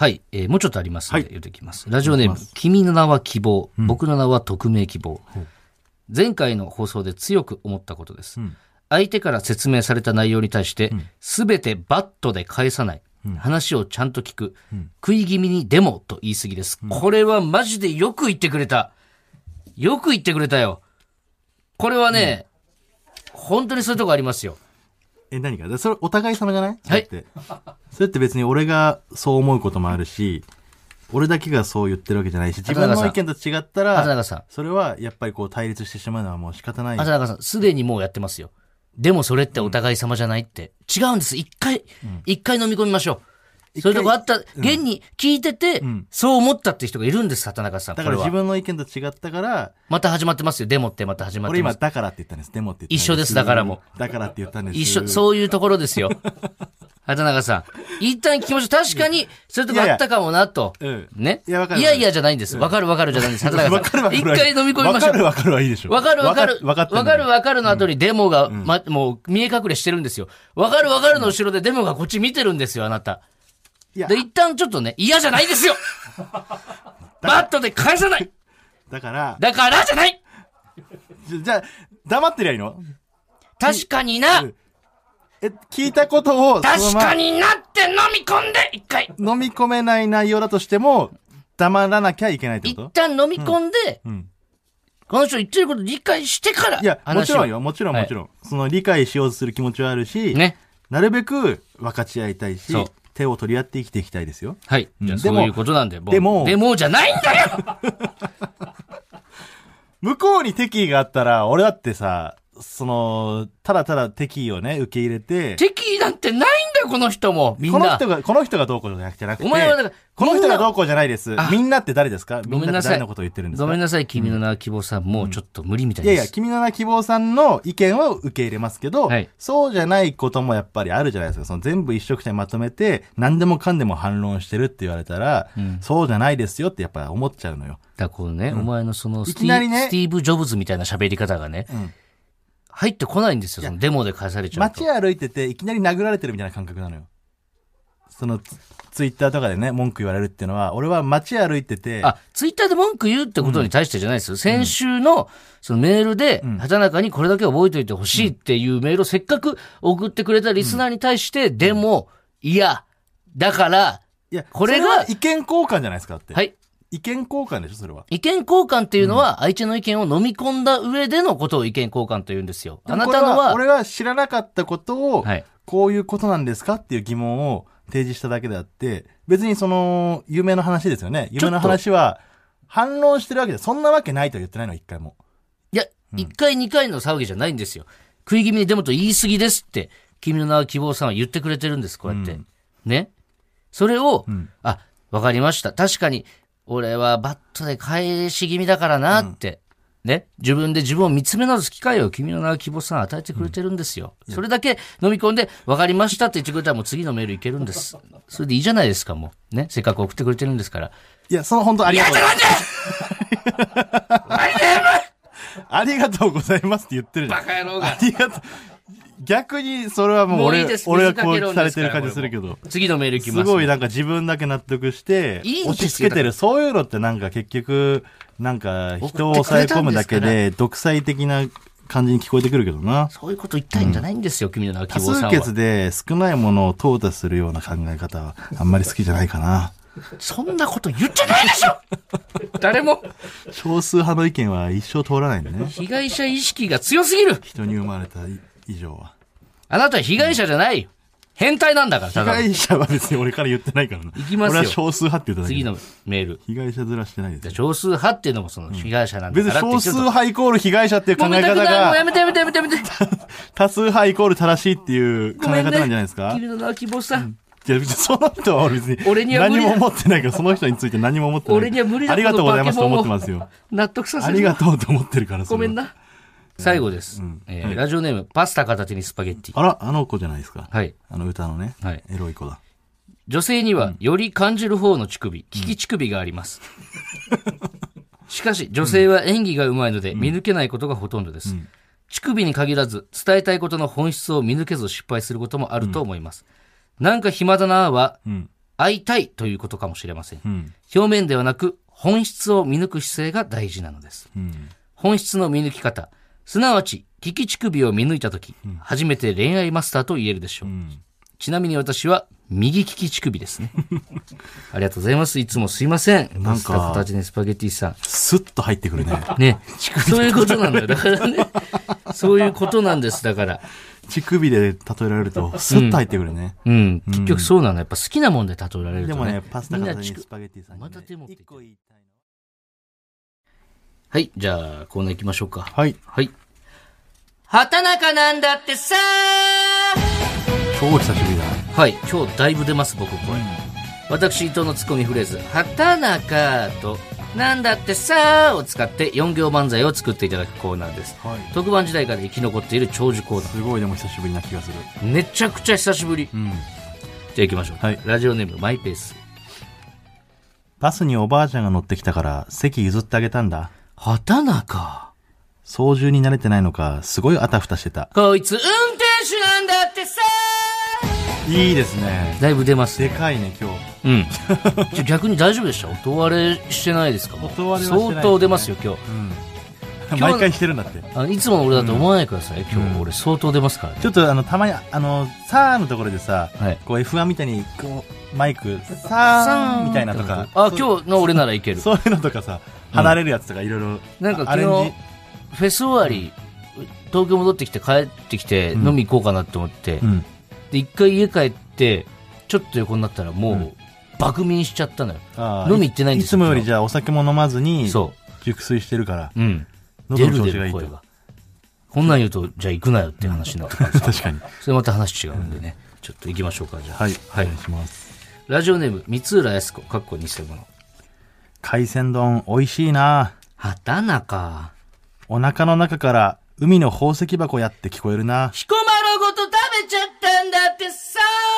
はい、えー、もうちょっとありますので、はい、言ってきます。ラジオネーム、君の名は希望、うん、僕の名は匿名希望、うん。前回の放送で強く思ったことです。うん、相手から説明された内容に対して、すべ、うん、てバットで返さない。うん、話をちゃんと聞く、うん。食い気味にでもと言い過ぎです、うん。これはマジでよく言ってくれた。よく言ってくれたよ。これはね、うん、本当にそういうとこありますよ。 え、何かそれお互い様じゃない？ はい。 それって別に俺がそう思うこともあるし、俺だけがそう言ってるわけじゃないし、自分の意見と違ったら、 中さん、 それはやっぱりこう対立してしまうのはもう仕方ない。 中さん、すでにもうやってますよ。でもそれってお互い様じゃないって。うん、違うんです。一回、一、うん、回飲み込みましょう。そういうとこあった、現に聞いてて、うん、そう思ったって人がいるんです、畑中さん。 だから自分の意見と違ったから、 また始まってますよ。デモってまた始まってます。 俺今、だからって言ったんです。デモって言ったんです。 一緒です、だからも。 だからって言ったんです。 一緒、そういうところですよ。畑中さん。一旦聞きましょう。確かに、そういうとこあったかもなと。 いやいやね。 いや、わかる。 いやいやじゃないんです。わかるわかるじゃないんです。畑中さん。一回飲み込みましょう。 わかるわかるはいいでしょ。 わかるわかる。わかるわかるの後にデモが、 うんま、もう見え隠れしてるんですよ。わかるわかるの後ろでデモがこっち見てるんですよ、あなた。いやで、一旦ちょっとね、嫌じゃないですよバットで返さないだから、 だからじゃないじ, じゃあ、黙ってりゃいいの？ 確かにな、 え、聞いたことを、 確かになって飲み込んで、一回。 飲み込めない内容だとしても、黙らなきゃいけないってこと？ 一旦飲み込んで、うんうん、この人言ってること理解してから、 いや、もちろんよ、もちろんもちろん、はい。その理解しようとする気持ちはあるし、ね、なるべく分かち合いたいし、そう。手を取り合って生きていきたいですよ。 はい。じゃあそういうことなんで。でも、でもじゃないんだよ向こうに敵意があったら、俺だってさ、その、ただただ敵意をね、受け入れて。 敵意なんてないんだよ、この人も。みんな。 この人が、この人がどうこうじゃなくて、 お前はだから、 この人がどうこうじゃないです。みんなって誰ですか？みんなって誰のことを言ってるんですか？ ごめんなさい、君の名は希望さん、もうちょっと無理みたいです。 いやいや、君の名は希望さんの意見を受け入れますけど、はい、そうじゃないこともやっぱりあるじゃないですか。その全部一緒くたにまとめて、何でもかんでも反論してるって言われたら、うん、そうじゃないですよってやっぱり思っちゃうのよ。 だからこのね、うん、お前のそのスティ、いきなりね、スティーブ・ジョブズみたいな喋り方がね、うん、入ってこないんですよ、そのデモで返されちゃうと。 街歩いてていきなり殴られてるみたいな感覚なのよ。そのツイッターとかでね、文句言われるっていうのは、俺は街歩いてて。 あ、ツイッターで文句言うってことに対してじゃないですよ。うん、先週のそのメールで、畑中にこれだけ覚えておいてほしいっていうメールをせっかく送ってくれたリスナーに対して、うん、でも、いや、だから、 いや、これが。それは意見交換じゃないですかって。 はい。 意見交換でしょ、それは。 意見交換っていうのは、相手の意見を飲み込んだ上でのことを意見交換と言うんですよ。あなたのは。 俺は知らなかったことを、はい、こういうことなんですかっていう疑問を提示しただけであって、別にその、夢の話ですよね。夢の話は、反論してるわけで、そんなわけないとは言ってないの、一回も。 いや、一、うん、回二回の騒ぎじゃないんですよ。食い気味にでもと言い過ぎですって、君の名は希望さんは言ってくれてるんです、こうやって。うん、ね。それを、うん、あ、わかりました。確かに、俺はバットで返し気味だからなって、うん、ね。自分で自分を見つめ直す機会を君の名は希望さん与えてくれてるんですよ。うん、それだけ飲み込んで、わかりましたって言ってくれたらもう次のメールいけるんです。それでいいじゃないですか、もう。ね。せっかく送ってくれてるんですから。 いや、その本当ありがとう。いや、ありがとうございますって言ってるじゃん。 バカ野郎が。 ありがとう。逆に、それはもう俺、もういい俺は攻撃されてる感じするけど。 次のメールいきます。 すごいなんか自分だけ納得して、押し付けてる。そういうのってなんか結局、なんか人を抑え込むだけで、独裁的な感じに聞こえてくるけどな。 そういうこと言ったいんじゃないんですよ、うん、君の名は希望さんは。 多数決で少ないものを淘汰するような考え方はあんまり好きじゃないかな。 そんなこと言っちゃないでしょ誰も。 少数派の意見は一生通らないんでね。 被害者意識が強すぎる。 人に生まれた以上は。 あなたは被害者じゃない。うん、変態なんだから。 被害者は別に俺から言ってないからな。 行きますよ。 俺は少数派って言っただけ。 次のメール。 被害者ずらしてないです。 少数派っていうのもその被害者なんだからって、 うん。別に少数派イコール被害者っていう考え方が。 もうやめてやめてやめてやめて。 多数派イコール正しいっていう考え方なんじゃないですか。 ね、君の名は希望さん。うん、 いや別にその人は俺別に何も思ってないから、その人について何も思ってない。 俺には無理だ。 ありがとうございますと思ってますよ。 納得させる。 ありがとうと思ってるから。 ごめんな。最後です、うんえーはい、ラジオネームパスタ片手にスパゲッティ。 あら、あの子じゃないですか。 はい。 あの歌のね、はい、エロい子だ。 女性にはより感じる方の乳首、利き乳首があります、うん、しかし女性は演技がうまいので見抜けないことがほとんどです、うん、乳首に限らず伝えたいことの本質を見抜けず失敗することもあると思います、うん、なんか暇だなは、うん、 会いたいということかもしれません。 うん、 表面ではなく本質を見抜く姿勢が大事なのです。 うん、 本質の見抜き方、すなわち利き乳首を見抜いたとき、うん、初めて恋愛マスターと言えるでしょう。うん、ちなみに私は右利き乳首ですね。ありがとうございます。いつもすいません。 なんか形ねスパゲティさん。 スッと入ってくるね。 ね。そういうことなんだよ。だからね。そういうことなんです。だから。 乳首で例えられると、スッと入ってくるね。 うん。うん、結局そうなの。やっぱ好きなもんで例えられると、ね。 でもね、パスタ形にスパゲティさんに、ね。 また手持ってい個言いたいの。はい。じゃあ、コーナー行きましょうか。 はい。 はい。畑中なんだってさ超久しぶりだ。 はい。今日だいぶ出ます、僕、これ。うん、私、伊藤のツッコミフレーズ、畑中と、なんだってさーを使ってよん行漫才を作っていただくコーナーです。はい、特番時代から生き残っている長寿コーナー。 すごいでも久しぶりな気がする。 めちゃくちゃ久しぶり。うん、じゃあ行きましょう。 はい、 ラジオネームマイペース。 バスにおばあちゃんが乗ってきたから席譲ってあげたんだ。 畑中。 操縦に慣れてないのかすごいあたふたしてた。 こいつ運転手なんだってさー。いいですね。 だいぶ出ますね。 でかいね今日。 うん。じゃ逆に大丈夫でした？音割れしてないですか？ 音割れはしてないですね。 相当出ますよ今日。 うん、毎回してるんだって。 あいつもの俺だと思わないでください。うん、今日俺相当出ますからね。 ちょっとあのたまにあのさーのところでさ、はい、こう エフワン みたいにこうマイクさーみたいなとか。 あ今日の俺ならいける。 そういうのとかさ離れるやつとかいろいろ。 なんか昨日フェス終わり、うん、東京戻ってきて帰ってきて飲み行こうかなって思って、うん、で一回家帰ってちょっと横になったらもう、うん爆眠しちゃったのよ。飲み行ってないんですよ。 いつもよりじゃあお酒も飲まずに熟睡してるから。うん。喉の調子がいいと。 こんなん言うとじゃあ行くなよっていう話になって確かに。 それまた話違うんでね。うん、ちょっと行きましょうかじゃあ。 はい。はい。お願いします。 ラジオネーム三浦靖子かっこ偽物。 海鮮丼美味しいな。 畑中。 お腹の中から海の宝石箱やって聞こえるな。 彦摩呂ごと食べちゃったんだってさ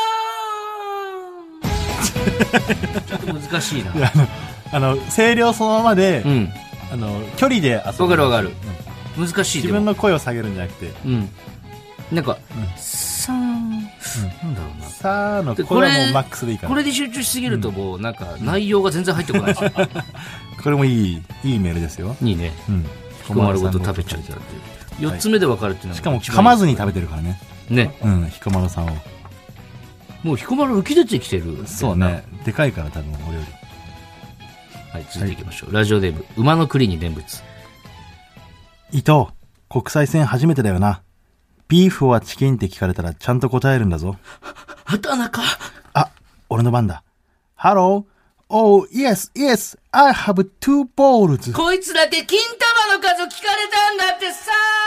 ちょっと難しいな。 いやあの、あの声量そのままで、うん、あの距離で遊ぶ。 わかるわかる。うん、難しい。 自分の声を下げるんじゃなくて。 うん。なんか、うん、さーん、うん、なんだろうな。 さーのこれはもうマックスでいいから。 これで集中しすぎるともうなんか内容が全然入ってこないですよ。 これもいいいいメールですよ。 いいね。うん。彦摩呂ごと食べちゃったっていう。よっつ目でわかるっていうのは、 しかも噛まずに食べてるからね。 ね。 うん、彦摩呂さんを。 もう彦摩呂浮き出てきてる。 そうね。でかいから多分俺より。 はい、続いていきましょう。はい、ラジオネーム、馬の栗に念仏。 伊藤、国際線初めてだよな。ビーフはチキンって聞かれたらちゃんと答えるんだぞ。 畑中。 あ、俺の番だ。ハロー。Oh, yes, yes, I have two balls. こいつだけ金玉の数聞かれたんだってさ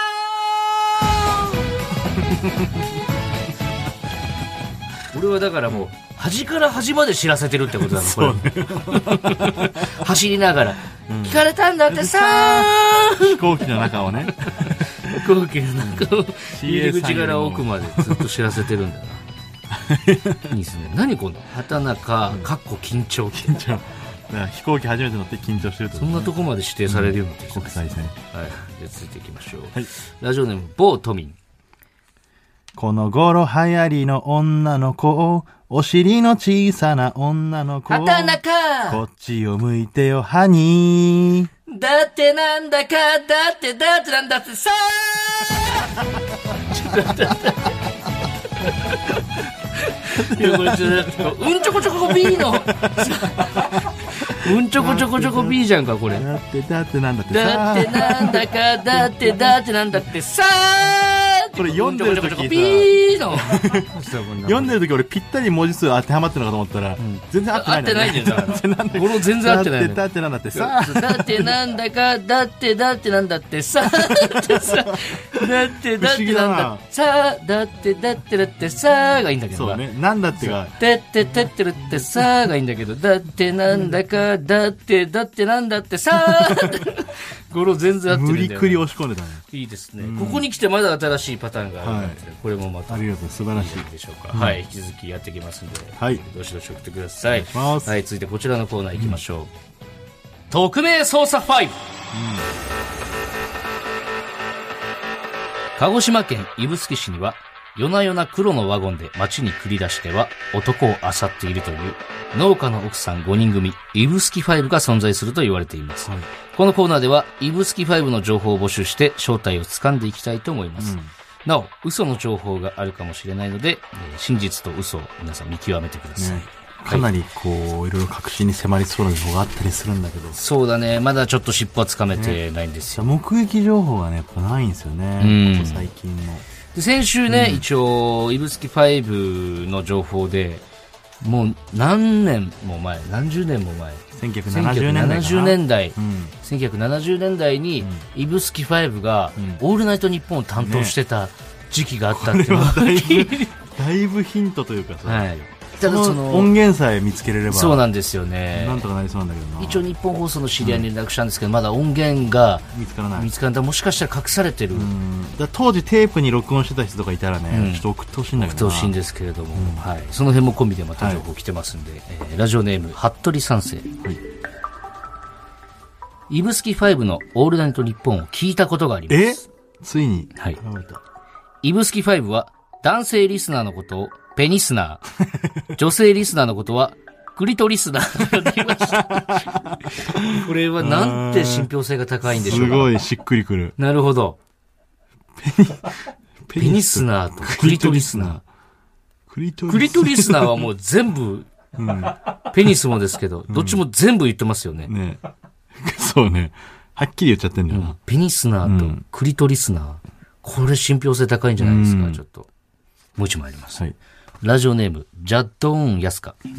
俺はだからもう端から端まで知らせてるってことだもんこれ、ね、走りながら、うん、聞かれたんだってさ飛行機の中をね飛行機の中を入り口から奥までずっと知らせてるんだないいですね。何この畑中かっこ緊張緊張だから飛行機初めて乗って緊張してると、 ね、そんなとこまで指定されるようになってきた、 うん、国際線。はい。 じゃあ続いていきましょう、はい、ラジオネーム某都民。 この頃流行りの女の子、お尻の小さな女の子、 畑中こっちを向いてよハニー。だってなんだかだってだってなんだってさちょっと待っていやこれちょっとうんちょこちょこ B のうんちょこちょこちょこ B じゃんかこれ。 だってだってなんだってさだってなんだかだってだってなんだってさこれ読んでる時さ読んでる時俺ぴったり文字数当てはまってるのかと思ったら、うん、全然合ってないんだよね。合ってないんだよ。 俺も全然合ってない。 だってなんだってさだってなんだかだってだってなんだってさだってだってなんださだってだってだってさがいいんだけどそうねなんだってがだってだってだってさがいいんだけどだってなんだかだってだってなんだってさ語呂全然合ってるんだよ、ね、 無理くり押し込んでたね。 いいですね、うん、ここに来てまだ新しいパターンがあるので、はい、これもまたありがとう素晴らしいでしょうか、うん、はい引き続きやっていきますんで、 はい、 どしどし送ってください。 お願いします。 はい続いてこちらのコーナー行きましょう、うん、匿名捜査ファイブ、うん、鹿児島県指宿市には夜な夜な黒のワゴンで街に繰り出しては男を漁っているという農家の奥さんごにん組、イブスキファイブが存在すると言われています。はい、このコーナーではイブスキファイブの情報を募集して正体を掴んでいきたいと思います。うん、なお、嘘の情報があるかもしれないので、えー、真実と嘘を皆さん見極めてください。ね、 かなりこう、はい、いろいろ確信に迫りそうな情報があったりするんだけど。 そうだね。まだちょっと尻尾はつかめてないんですよ。 ね、目撃情報がね、やっぱないんですよね。うん、最近の。 で先週ね、うん、一応、イブスキファイブの情報で、もう何年も前、何十年も前。 せんきゅうひゃくななじゅうねんだい。 せんきゅうひゃくななじゅうねんだい。うん、せんきゅうひゃくななじゅうねんだいに、うん、イブスキファイブが、うん、オールナイトニッポンを担当してた時期があったっていうのは、ね、 だいぶ、だいぶヒントというかさ。 はい。 ただその音源さえ見つけれればそうなんですよね。 なんとかなりそうなんだけどな。 一応日本放送の知り合いに連絡したんですけど、うん、まだ音源が見つからない。 見つからない。もしかしたら隠されてる。うんだ当時テープに録音してた人とかいたらね、うん、ちょっと送ってほしいんだけどな。 送ってほしいんですけれども、うん、はい。その辺も込みでまた情報来てますんで、はい、えー、ラジオネーム服部三世。はい。イブスキファイブのオールナイトニッポンを聞いたことがあります。 え？ついに。 はい。イブスキファイブは男性リスナーのことをペニスナー。女性リスナーのことは、クリトリスナーと呼んでいました。これはなんて信憑性が高いんでしょうか。 すごいしっくりくる。 なるほど。ペニ、ペニスナーとクリトリスナー。クリトリスナー。クリトリスナーはもう全部、うん、ペニスもですけど、どっちも全部言ってますよね。うん、ね。 そうね。はっきり言っちゃってんだよな。うん、 ペニスナーとクリトリスナー。これ信憑性高いんじゃないですか、うん、ちょっと。もう一枚あります。はい。ラジオネーム、ジャッドーン・ヤスカ。うん、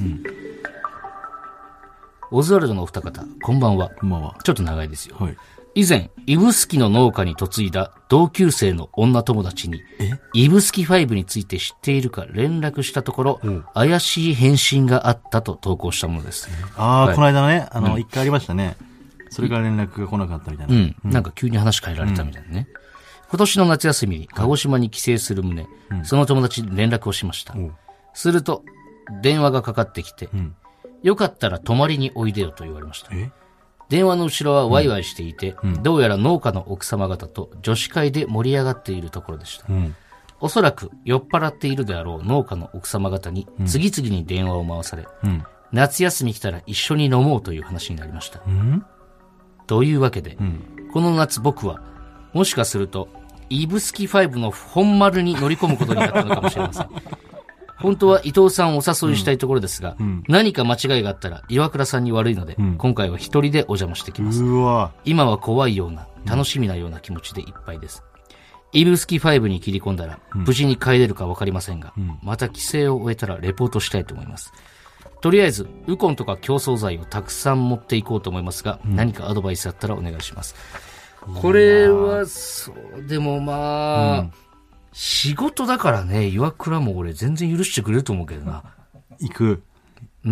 オズワルドのお二方、こんばんは。 こんばんは。 ちょっと長いですよ。はい、以前、イブスキの農家に嫁いだ同級生の女友達に、イブスキファイブについて知っているか連絡したところ、うん、怪しい返信があったと投稿したものです。 ああ、はい、この間ね、あの、一、うん、回ありましたね。それから連絡が来なかったみたいな。 うん。うん、なんか急に話変えられたみたいなね。うん、今年の夏休みに鹿児島に帰省する旨、うん、その友達に連絡をしました。うん、すると、電話がかかってきて、うん、よかったら泊まりにおいでよと言われました。電話の後ろはワイワイしていて、うん、どうやら農家の奥様方と女子会で盛り上がっているところでした。うん、おそらく酔っ払っているであろう農家の奥様方に次々に電話を回され、うん、夏休み来たら一緒に飲もうという話になりました。うん、というわけで、うん、この夏僕は、もしかすると、イブスキファイブの本丸に乗り込むことになったのかもしれません。本当は伊藤さんをお誘いしたいところですが、うん、何か間違いがあったら岩倉さんに悪いので、うん、今回は一人でお邪魔してきます。 うわ今は怖いような、楽しみなような気持ちでいっぱいです。イブスキファイブに切り込んだら、うん、無事に帰れるかわかりませんが、うん、また帰省を終えたらレポートしたいと思います。とりあえず、ウコンとか競争剤をたくさん持っていこうと思いますが、うん、何かアドバイスあったらお願いします。これは、そう、でもまあ、うん、仕事だからね、岩倉も俺全然許してくれると思うけどな。 行く。 うん、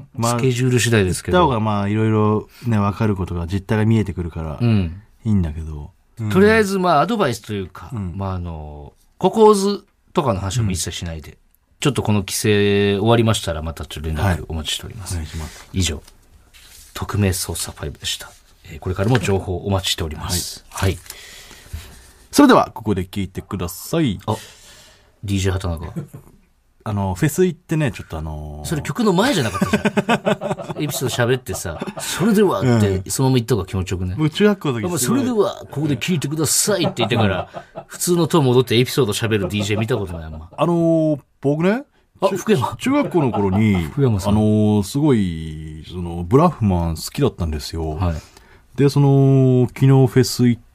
まあ、スケジュール次第ですけど。 行った方がまあ、いろいろね、わかることが、実態が見えてくるから、うん、いいんだけど。 うん、とりあえず、まあ、アドバイスというか、うん、まあ、あの、ココーズとかの話も一切しないで、うん、ちょっとこの規制終わりましたら、またちょっと連絡お待ちしております。 はい、お願いします。 以上、匿名捜査ファイブでした。これからも情報お待ちしております。はい。はい、 それでは、ここで聞いてください。 あ、ディージェー 畑中。 あの、フェス行ってね、ちょっとあのー、 それ曲の前じゃなかったじゃん。エピソード喋ってさ、それではって、そのまま言った方が気持ちよくね。 もう中学校の時それでは、ここで聞いてくださいって言ってから、普通のトーン戻ってエピソード喋る ディージェー 見たことないあんま。 あのー、僕ね、 あ、福山。 中学校の頃に、 福山さん。 あのー、すごい、その、ブラフマン好きだったんですよ。はい。で、その、昨日フェス行って、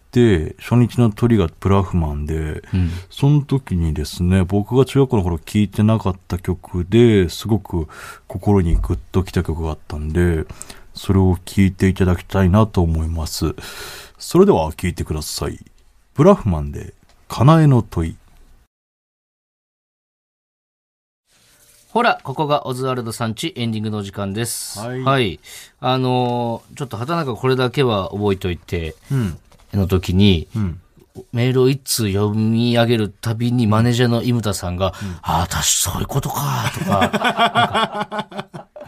初日の鳥がブラフマンで、うん、その時にですね、僕が中学校の頃聴いてなかった曲ですごく心にグッときた曲があったんで、それを聴いていただきたいなと思います。それでは聴いてください。ブラフマンで、かなえの問い。 ほら、ここがオズワルドさんちエンディングの時間です。はい。はい、あのー、ちょっと畑中これだけは覚えておいて、うん、の時に、うん、メールを一通読み上げるたびにマネージャーの井牟田さんが、うん、ああ、確かそういうことか、とか、なんか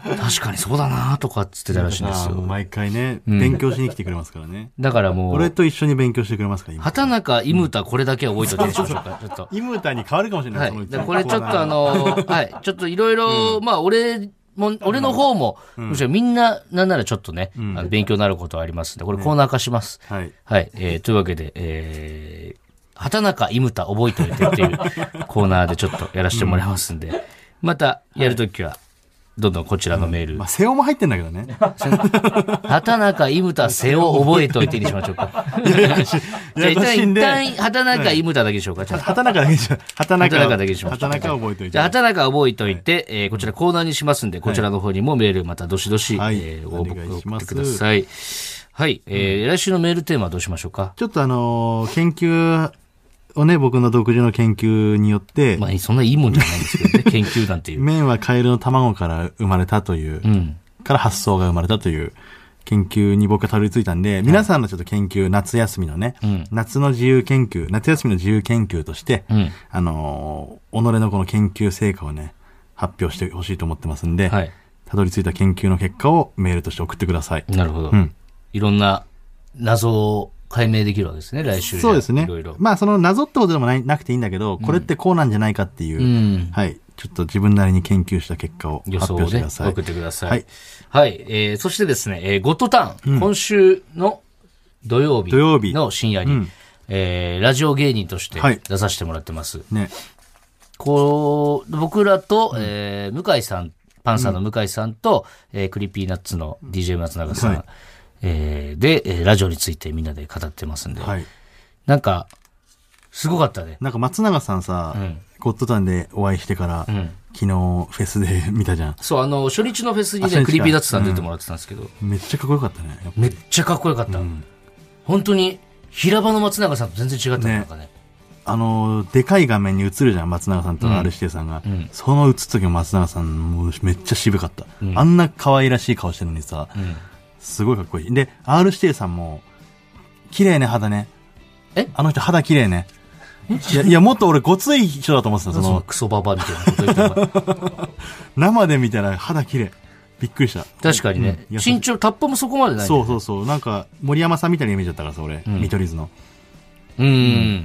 確かにそうだなとかっつってたらしいんですよ。 毎回ね、勉強しに来てくれますからね。 だからもう。 俺と一緒に勉強してくれますか、 今。畑中イムタこれだけは覚えておいてみましょうか、ちょっと。 イムタに変わるかもしれない。 はい。これちょっとあの、はい。ちょっといろいろ、まあ俺、も俺の方も、むしろみんな、なんならちょっとね、あの勉強になることはありますんで、これコーナー化します。はい。はい。えー、というわけで、えー、畑中イムタ覚えておいてっていうコーナーでちょっとやらせてもらいますんで、またやるときは、どんどんこちらのメール。 まあ、瀬尾も入ってんだけどね。 畑中イムタ瀬尾覚えておいてにしましょうか。じゃあ一旦、一旦、畑中イムタだけでしょうか。 畑中だけでしょう。畑中だけでしょう。 畑中覚えておいて。 じゃあ畑中覚えておいて、えー、こちらコーナーにしますんで、こちらの方にもメールまたどしどし、はい、えー、応募送ってください。はい。えー、来週のメールテーマはどうしましょうか。 ちょっとあのー、研究、をね、僕の独自の研究によって、 まあ、そんないいもんじゃないんですけどね、研究なんていう。 麺はカエルの卵から生まれたという、うん、から発想が生まれたという研究に僕がたどり着いたんで、皆さんのちょっと研究、夏休みのね、うん、夏の自由研究、夏休みの自由研究として、うん、あのー、己のこの研究成果をね、発表してほしいと思ってますんで、はい、たどり着いた研究の結果をメールとして送ってください。 なるほど。うん、いろんな謎を解明できるわけですね、来週。 そうですね。いろいろ。まあ、その謎ってことでもないなくていいんだけど、これってこうなんじゃないかっていう、うん、はい。ちょっと自分なりに研究した結果を発表してください。 予想で送ってください。はい。はい。えー、そしてですね、えー、ゴッドターン、うん、今週の土曜日の深夜に、うん、えー、ラジオ芸人として出させてもらってます。はい、ね。こう、僕らと、うん、えー、向井さん、パンサーの向井さんと、うん、えー、クリーピーナッツの ディージェー 松永さん、はい、えー、で、えー、ラジオについてみんなで語ってますんで。はい。なんか、すごかったね。 なんか松永さんさ、うん、ゴッドタンでお会いしてから、うん、昨日フェスで見たじゃん。 そう、あの、初日のフェスにね、クリーピーナッツさん出てもらってたんですけど、 うん。めっちゃかっこよかったね。 めっちゃかっこよかった。うん、本当に、平場の松永さんと全然違ったね。なんかね。 あの、でかい画面に映るじゃん、松永さんと アール 指定さんが。うん、その映った時の松永さん、もうめっちゃ渋かった。うん、あんな可愛らしい顔してるのにさ、うんすごいかっこいい。で、アール 指定さんも、綺麗ね、肌ね。えあの人肌綺麗ね。いや、いや、もっと俺ごつい人だと思ってた、その。 クソババみたいなこと言って生で見たら肌綺麗。びっくりした。 確かにね。うん、身長、タッパもそこまでない、ね。 そうそうそう。なんか、森山さんみたいなイメージだったからさ、俺。うん、見取り図の。 うん。うん、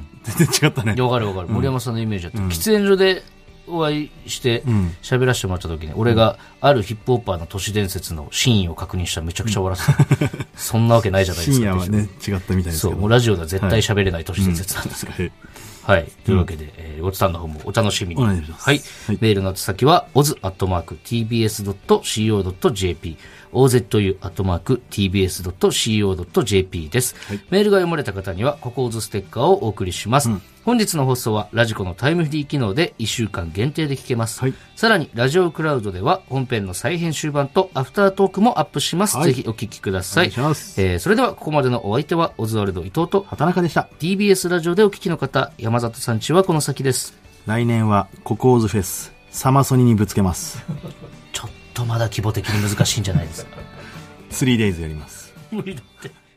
全然違ったね。 わかるわかる。森山さんのイメージだった。うん、喫煙所で、お会いして喋らせてもらった時に、うん、俺があるヒップホッパーの都市伝説の真意を確認したらめちゃくちゃ笑ってた、うん、そんなわけないじゃないですか。 真意はね違ったみたいですけど、 そうもうラジオでは絶対喋れない都市伝説なんですけど、はい、はい、というわけで、うんえー、ゴッツさんの方もお楽しみに。お願いします。はい、はい、メールの先は オズ アットマーク ティービーエス ドット シーオー ドット ジェーピーオーゼットユー アットマーク ティービーエス ドット シーオー ドット ジェーピー です、はい。メールが読まれた方にはココーズステッカーをお送りします。うん、本日の放送はラジコのタイムフリー機能でいっしゅうかん限定で聞けます。はい、さらにラジオクラウドでは本編の再編集版とアフタートークもアップします。はい、ぜひお聞きください。お願いします。えー、それではここまでのお相手はオズワルド伊藤と畑中でした。 ティービーエス ラジオでお聞きの方、山里さんちはこの先です。 来年はココーズフェスサマソニにぶつけます。 ちょっとまだ規模的に難しいんじゃないですか。 スリーデイズやります。 無理だって。